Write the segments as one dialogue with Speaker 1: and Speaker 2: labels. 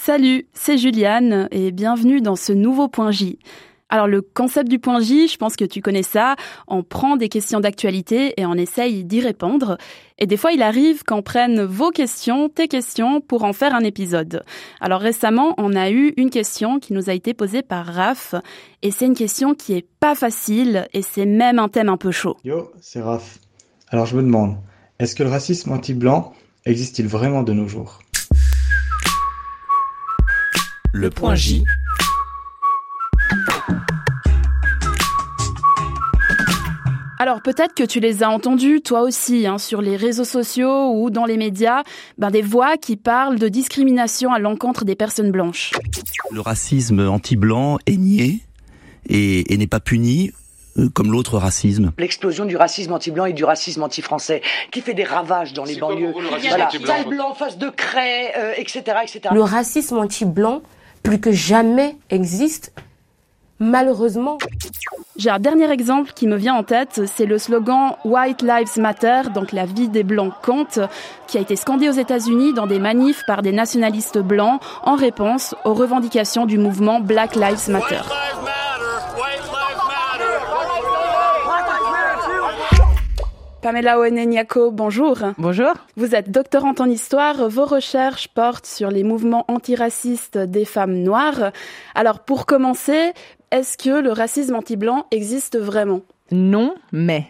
Speaker 1: Salut, c'est Juliane et bienvenue dans ce nouveau Point J. Alors le concept du Point J, je pense que tu connais ça, on prend des questions d'actualité et on essaye d'y répondre. Et des fois, il arrive qu'on prenne vos questions, tes questions, pour en faire un épisode. Alors récemment, on a eu une question qui nous a été posée par Raph, et c'est une question qui est pas facile, et c'est même un thème un peu chaud.
Speaker 2: Yo, c'est Raph. Alors je me demande, est-ce que le racisme anti-blanc existe-t-il vraiment de nos jours ?
Speaker 3: Le Point J.
Speaker 1: Alors peut-être que tu les as entendus toi aussi sur les réseaux sociaux ou dans les médias, des voix qui parlent de discrimination à l'encontre des personnes blanches.
Speaker 3: Le racisme anti-blanc est nié et n'est pas puni comme l'autre racisme.
Speaker 4: L'explosion du racisme anti-blanc et du racisme anti-français qui fait des ravages dans les banlieues. Voilà, sale blanc, face de craie, etc., etc.
Speaker 5: Le racisme anti-blanc, plus que jamais, existe. Malheureusement.
Speaker 1: J'ai un dernier exemple qui me vient en tête, c'est le slogan « White Lives Matter », donc la vie des Blancs compte, qui a été scandé aux États-Unis dans des manifs par des nationalistes blancs en réponse aux revendications du mouvement Black Lives Matter. Pamela Oeneniako, bonjour.
Speaker 6: Bonjour.
Speaker 1: Vous êtes doctorante en histoire. Vos recherches portent sur les mouvements antiracistes des femmes noires. Alors, pour commencer, est-ce que le racisme anti-blanc existe vraiment ?
Speaker 6: Non, mais...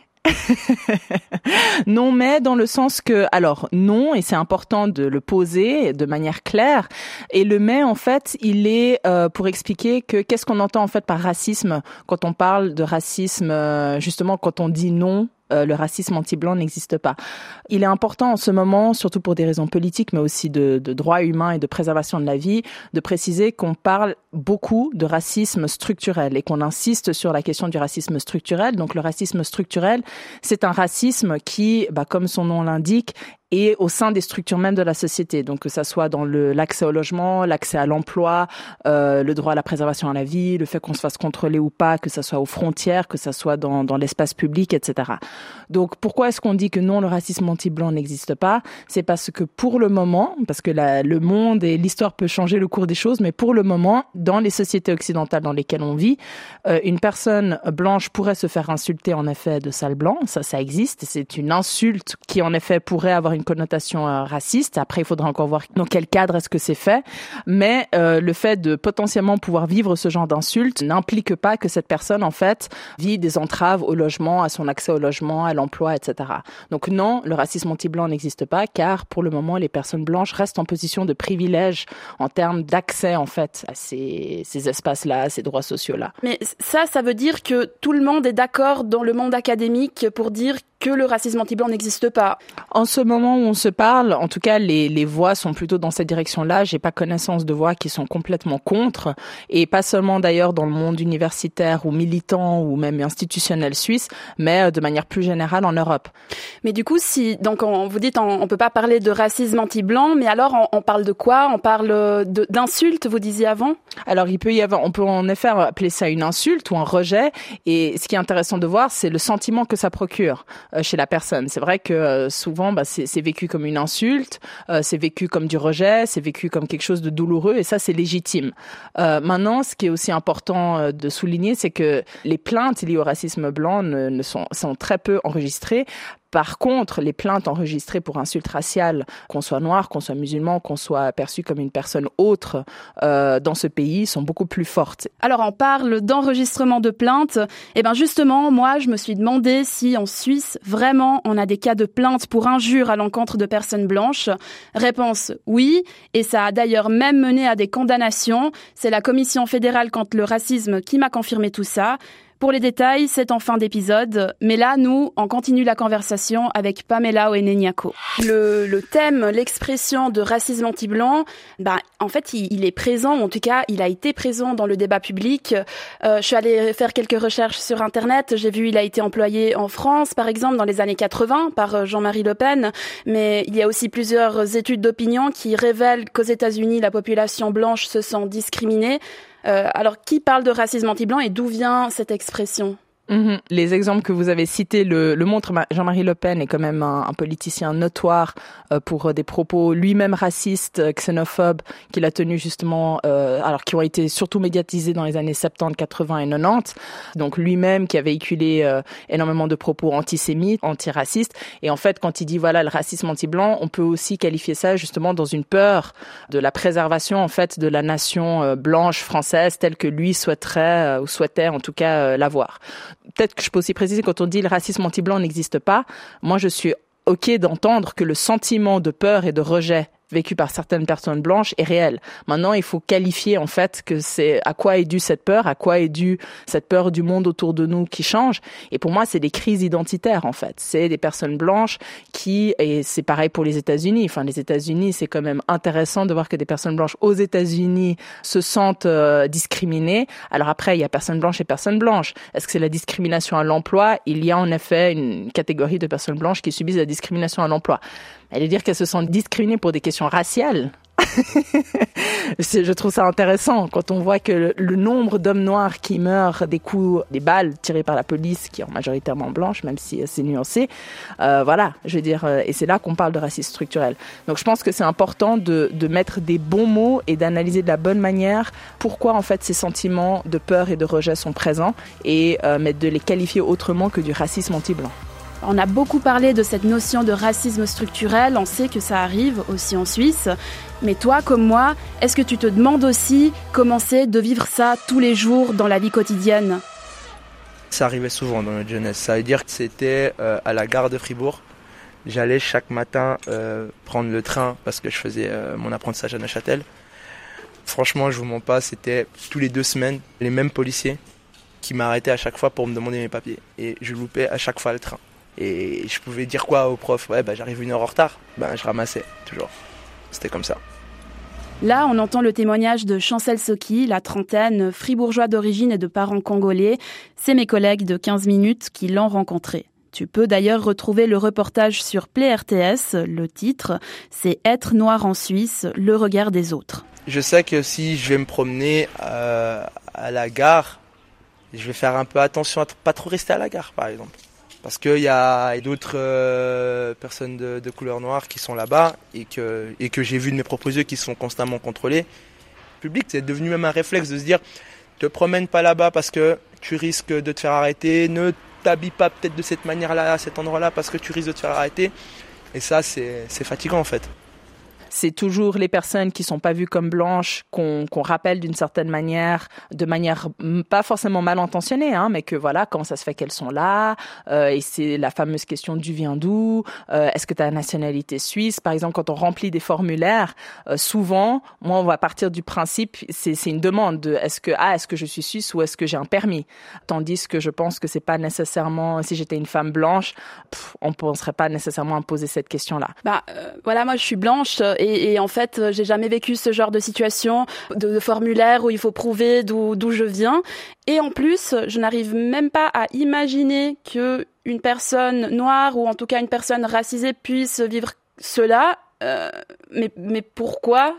Speaker 6: Non, mais dans le sens que, alors non, et c'est important de le poser de manière claire, et le mais en fait, il est pour expliquer que qu'est-ce qu'on entend en fait par racisme quand on parle de racisme, justement quand on dit non. Le racisme anti-blanc n'existe pas. Il est important en ce moment, surtout pour des raisons politiques, mais aussi de droits humains et de préservation de la vie, de préciser qu'on parle beaucoup de racisme structurel et qu'on insiste sur la question du racisme structurel. Donc le racisme structurel, c'est un racisme qui, comme son nom l'indique, et au sein des structures même de la société, donc que ça soit dans l'accès au logement, l'accès à l'emploi, le droit à la préservation à la vie, le fait qu'on se fasse contrôler ou pas, que ça soit aux frontières, que ça soit dans l'espace public, etc. Donc pourquoi est-ce qu'on dit que non, le racisme anti-blanc n'existe pas ? C'est parce que pour le moment, parce que le monde et l'histoire peut changer le cours des choses, mais pour le moment, dans les sociétés occidentales dans lesquelles on vit, une personne blanche pourrait se faire insulter en effet de sale blanc, ça existe, c'est une insulte qui en effet pourrait avoir une connotation raciste. Après, il faudra encore voir dans quel cadre est-ce que c'est fait. Mais le fait de potentiellement pouvoir vivre ce genre d'insulte n'implique pas que cette personne, en fait, vit des entraves au logement, à son accès au logement, à l'emploi, etc. Donc non, le racisme anti-blanc n'existe pas, car pour le moment, les personnes blanches restent en position de privilège en termes d'accès, en fait, à ces espaces-là, à ces droits sociaux-là.
Speaker 1: Mais ça veut dire que tout le monde est d'accord dans le monde académique pour dire que le racisme anti-blanc n'existe pas.
Speaker 6: En ce moment où on se parle, en tout cas, les voix sont plutôt dans cette direction-là. J'ai pas connaissance de voix qui sont complètement contre, et pas seulement d'ailleurs dans le monde universitaire ou militant ou même institutionnel suisse, mais de manière plus générale en Europe.
Speaker 1: Mais du coup, donc vous dites on peut pas parler de racisme anti-blanc, mais alors on parle de quoi ? On parle d'insultes, vous disiez avant ?
Speaker 6: Alors on peut en effet appeler ça une insulte ou un rejet, et ce qui est intéressant de voir, c'est le sentiment que ça procure chez la personne. C'est vrai que souvent c'est vécu comme une insulte, c'est vécu comme du rejet, c'est vécu comme quelque chose de douloureux, et ça c'est légitime. Maintenant, ce qui est aussi important de souligner, c'est que les plaintes liées au racisme blanc sont très peu enregistrées. Par contre, les plaintes enregistrées pour insultes raciales, qu'on soit noir, qu'on soit musulman, qu'on soit perçu comme une personne autre dans ce pays, sont beaucoup plus fortes.
Speaker 1: Alors on parle d'enregistrement de plaintes. Et justement, moi je me suis demandé si en Suisse, vraiment, on a des cas de plaintes pour injures à l'encontre de personnes blanches. Réponse oui, et ça a d'ailleurs même mené à des condamnations. C'est la Commission fédérale contre le racisme qui m'a confirmé tout ça. Pour les détails, c'est en fin d'épisode. Mais là, nous, on continue la conversation avec Pamela Oeneniako. Le thème, l'expression de racisme anti-blanc, en fait, il est présent, ou en tout cas, il a été présent dans le débat public. Je suis allée faire quelques recherches sur Internet. J'ai vu, il a été employé en France, par exemple, dans les années 80, par Jean-Marie Le Pen. Mais il y a aussi plusieurs études d'opinion qui révèlent qu'aux États-Unis, la population blanche se sent discriminée. Alors, qui parle de racisme anti-blanc et d'où vient cette expression ?
Speaker 6: Les exemples que vous avez cités le montrent. Jean-Marie Le Pen est quand même un politicien notoire pour des propos lui-même racistes, xénophobes, qu'il a tenus justement, alors qui ont été surtout médiatisés dans les années 70, 80 et 90. Donc lui-même qui a véhiculé énormément de propos antisémites, antiracistes. Et en fait, quand il dit voilà le racisme anti-blanc, on peut aussi qualifier ça justement dans une peur de la préservation en fait de la nation blanche française telle que lui souhaiterait ou souhaitait en tout cas l'avoir. Peut-être que je peux aussi préciser, quand on dit le racisme anti-blanc n'existe pas, moi je suis OK d'entendre que le sentiment de peur et de rejet vécu par certaines personnes blanches est réel. Maintenant, il faut qualifier en fait que c'est à quoi est due cette peur, à quoi est due cette peur du monde autour de nous qui change. Et pour moi, c'est des crises identitaires en fait. C'est des personnes blanches qui, et c'est pareil pour les États-Unis. Enfin, les États-Unis, c'est quand même intéressant de voir que des personnes blanches aux États-Unis se sentent discriminées. Alors après, il y a personnes blanches et personnes blanches. Est-ce que c'est la discrimination à l'emploi? Il y a en effet une catégorie de personnes blanches qui subissent la discrimination à l'emploi. Elle veut dire qu'elles se sentent discriminées pour des questions raciales. Je trouve ça intéressant quand on voit que le nombre d'hommes noirs qui meurent des coups, des balles tirées par la police, qui est majoritairement blanche, même si c'est nuancé, voilà, je veux dire, et c'est là qu'on parle de racisme structurel. Donc je pense que c'est important de mettre des bons mots et d'analyser de la bonne manière pourquoi en fait ces sentiments de peur et de rejet sont présents et mais de les qualifier autrement que du racisme anti-blanc.
Speaker 1: On a beaucoup parlé de cette notion de racisme structurel, on sait que ça arrive aussi en Suisse. Mais toi, comme moi, est-ce que tu te demandes aussi comment c'est de vivre ça tous les jours dans la vie quotidienne ?
Speaker 7: Ça arrivait souvent dans notre jeunesse. Ça veut dire que c'était à la gare de Fribourg. J'allais chaque matin prendre le train parce que je faisais mon apprentissage à Neuchâtel. Franchement, je vous mens pas, c'était tous les 2 semaines les mêmes policiers qui m'arrêtaient à chaque fois pour me demander mes papiers. Et je loupais à chaque fois le train. Et je pouvais dire quoi au prof ? Ouais, j'arrive 1 heure en retard. Je ramassais, toujours. C'était comme ça.
Speaker 1: Là, on entend le témoignage de Chancel Soki, la trentaine, fribourgeois d'origine et de parents congolais. C'est mes collègues de 15 minutes qui l'ont rencontré. Tu peux d'ailleurs retrouver le reportage sur Play RTS. Le titre, c'est « Être noir en Suisse, le regard des autres ».
Speaker 7: Je sais que si je vais me promener à la gare, je vais faire un peu attention à pas trop rester à la gare, par exemple. Parce qu'il y a d'autres personnes de couleur noire qui sont là-bas et que j'ai vu de mes propres yeux qui sont constamment contrôlés. Le public, c'est devenu même un réflexe de se dire te promène pas là-bas parce que tu risques de te faire arrêter, ne t'habille pas peut-être de cette manière-là, à cet endroit-là parce que tu risques de te faire arrêter. Et ça, c'est fatigant en fait.
Speaker 6: C'est toujours les personnes qui sont pas vues comme blanches qu'on rappelle d'une certaine manière, de manière pas forcément mal intentionnée, mais que voilà, comment ça se fait qu'elles sont là, et c'est la fameuse question du viens d'où, est-ce que tu as la nationalité suisse, par exemple, quand on remplit des formulaires, souvent, moi on va partir du principe, c'est une demande de est-ce que je suis suisse ou est-ce que j'ai un permis, tandis que je pense que c'est pas nécessairement, si j'étais une femme blanche, on penserait pas nécessairement à me poser cette question-là.
Speaker 1: Voilà, moi je suis blanche. Et en fait, j'ai jamais vécu ce genre de situation, de formulaire où il faut prouver d'où je viens. Et en plus, je n'arrive même pas à imaginer que une personne noire ou en tout cas une personne racisée puisse vivre cela. Mais pourquoi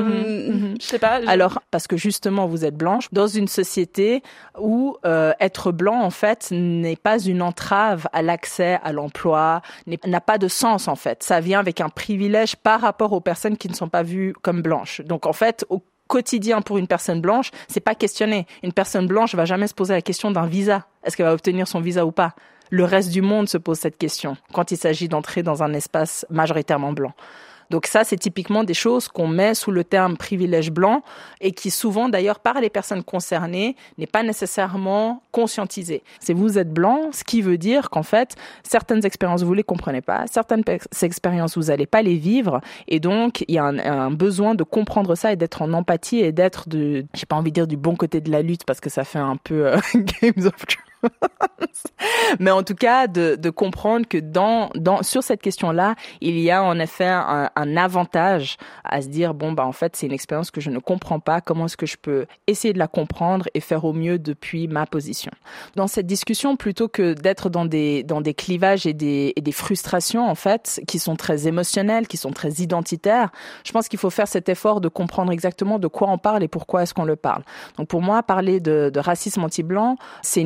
Speaker 1: Je sais pas.
Speaker 6: Alors, parce que justement, vous êtes blanche dans une société où être blanc, en fait, n'est pas une entrave à l'accès à l'emploi, n'a pas de sens, en fait. Ça vient avec un privilège par rapport aux personnes qui ne sont pas vues comme blanches. Donc, en fait, au quotidien pour une personne blanche, c'est pas questionné. Une personne blanche va jamais se poser la question d'un visa. Est-ce qu'elle va obtenir son visa ou pas ? Le reste du monde se pose cette question quand il s'agit d'entrer dans un espace majoritairement blanc. Donc ça, c'est typiquement des choses qu'on met sous le terme privilège blanc et qui souvent, d'ailleurs, par les personnes concernées, n'est pas nécessairement conscientisé. C'est vous êtes blanc, ce qui veut dire qu'en fait, certaines expériences, vous les comprenez pas, certaines expériences, vous allez pas les vivre et donc, il y a un besoin de comprendre ça et d'être en empathie et d'être j'ai pas envie de dire du bon côté de la lutte parce que ça fait un peu Games of Thrones. Mais en tout cas, de comprendre que sur cette question-là, il y a en effet un avantage à se dire en fait, c'est une expérience que je ne comprends pas. Comment est-ce que je peux essayer de la comprendre et faire au mieux depuis ma position? Dans cette discussion, plutôt que d'être dans des clivages et des frustrations en fait, qui sont très émotionnelles, qui sont très identitaires, je pense qu'il faut faire cet effort de comprendre exactement de quoi on parle et pourquoi est-ce qu'on le parle. Donc pour moi, parler de racisme anti-blanc, c'est une manière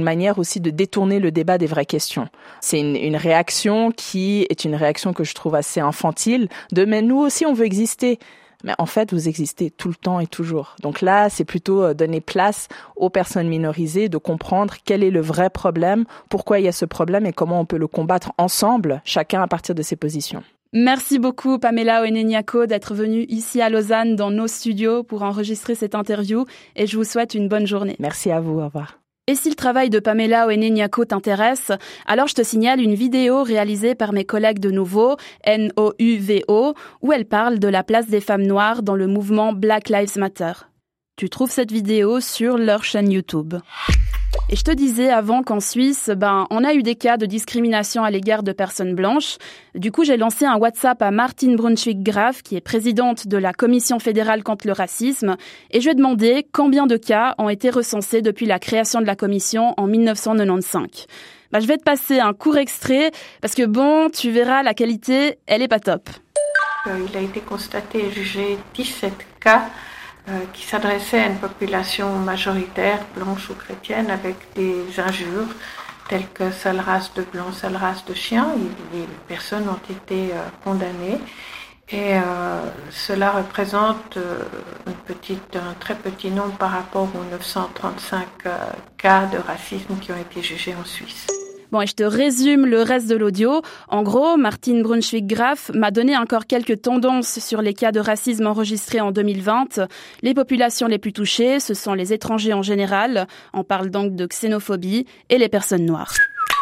Speaker 6: aussi de détourner le débat des vraies questions. C'est une réaction qui est une réaction que je trouve assez infantile, mais nous aussi on veut exister. Mais en fait, vous existez tout le temps et toujours. Donc là, c'est plutôt donner place aux personnes minorisées de comprendre quel est le vrai problème, pourquoi il y a ce problème et comment on peut le combattre ensemble, chacun à partir de ses positions.
Speaker 1: Merci beaucoup Pamela Oeneniako d'être venue ici à Lausanne dans nos studios pour enregistrer cette interview et je vous souhaite une bonne journée.
Speaker 6: Merci à vous, au revoir.
Speaker 1: Et si le travail de Pamela Oeneniako t'intéresse, alors je te signale une vidéo réalisée par mes collègues de Nouveau, NOUVO, où elle parle de la place des femmes noires dans le mouvement Black Lives Matter. Tu trouves cette vidéo sur leur chaîne YouTube. Et je te disais avant qu'en Suisse, on a eu des cas de discrimination à l'égard de personnes blanches. Du coup, j'ai lancé un WhatsApp à Martine Brunschwig-Graf, qui est présidente de la Commission fédérale contre le racisme, et je lui ai demandé combien de cas ont été recensés depuis la création de la commission en 1995. Je vais te passer un court extrait, parce que tu verras, la qualité, elle est pas top.
Speaker 8: Il a été constaté et jugé 17 cas qui s'adressait à une population majoritaire, blanche ou chrétienne, avec des injures telles que sale race de blanc, sale race de chien. Les personnes ont été condamnées et cela représente un très petit nombre par rapport aux 935 cas de racisme qui ont été jugés en Suisse.
Speaker 1: Et je te résume le reste de l'audio. En gros, Martine Brunschwig-Graf m'a donné encore quelques tendances sur les cas de racisme enregistrés en 2020. Les populations les plus touchées, ce sont les étrangers en général. On parle donc de xénophobie et les personnes noires.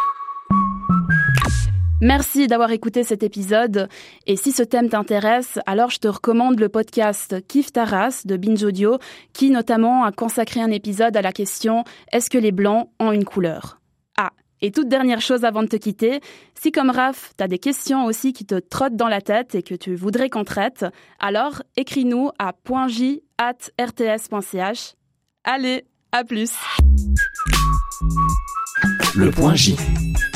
Speaker 1: Merci d'avoir écouté cet épisode. Et si ce thème t'intéresse, alors je te recommande le podcast Kiffe ta race de Binge Audio, qui notamment a consacré un épisode à la question « Est-ce que les Blancs ont une couleur ?» Et toute dernière chose avant de te quitter, si comme Raph, t'as des questions aussi qui te trottent dans la tête et que tu voudrais qu'on traite, alors écris-nous à .j@rts.ch. Allez, à plus.
Speaker 3: Le point J.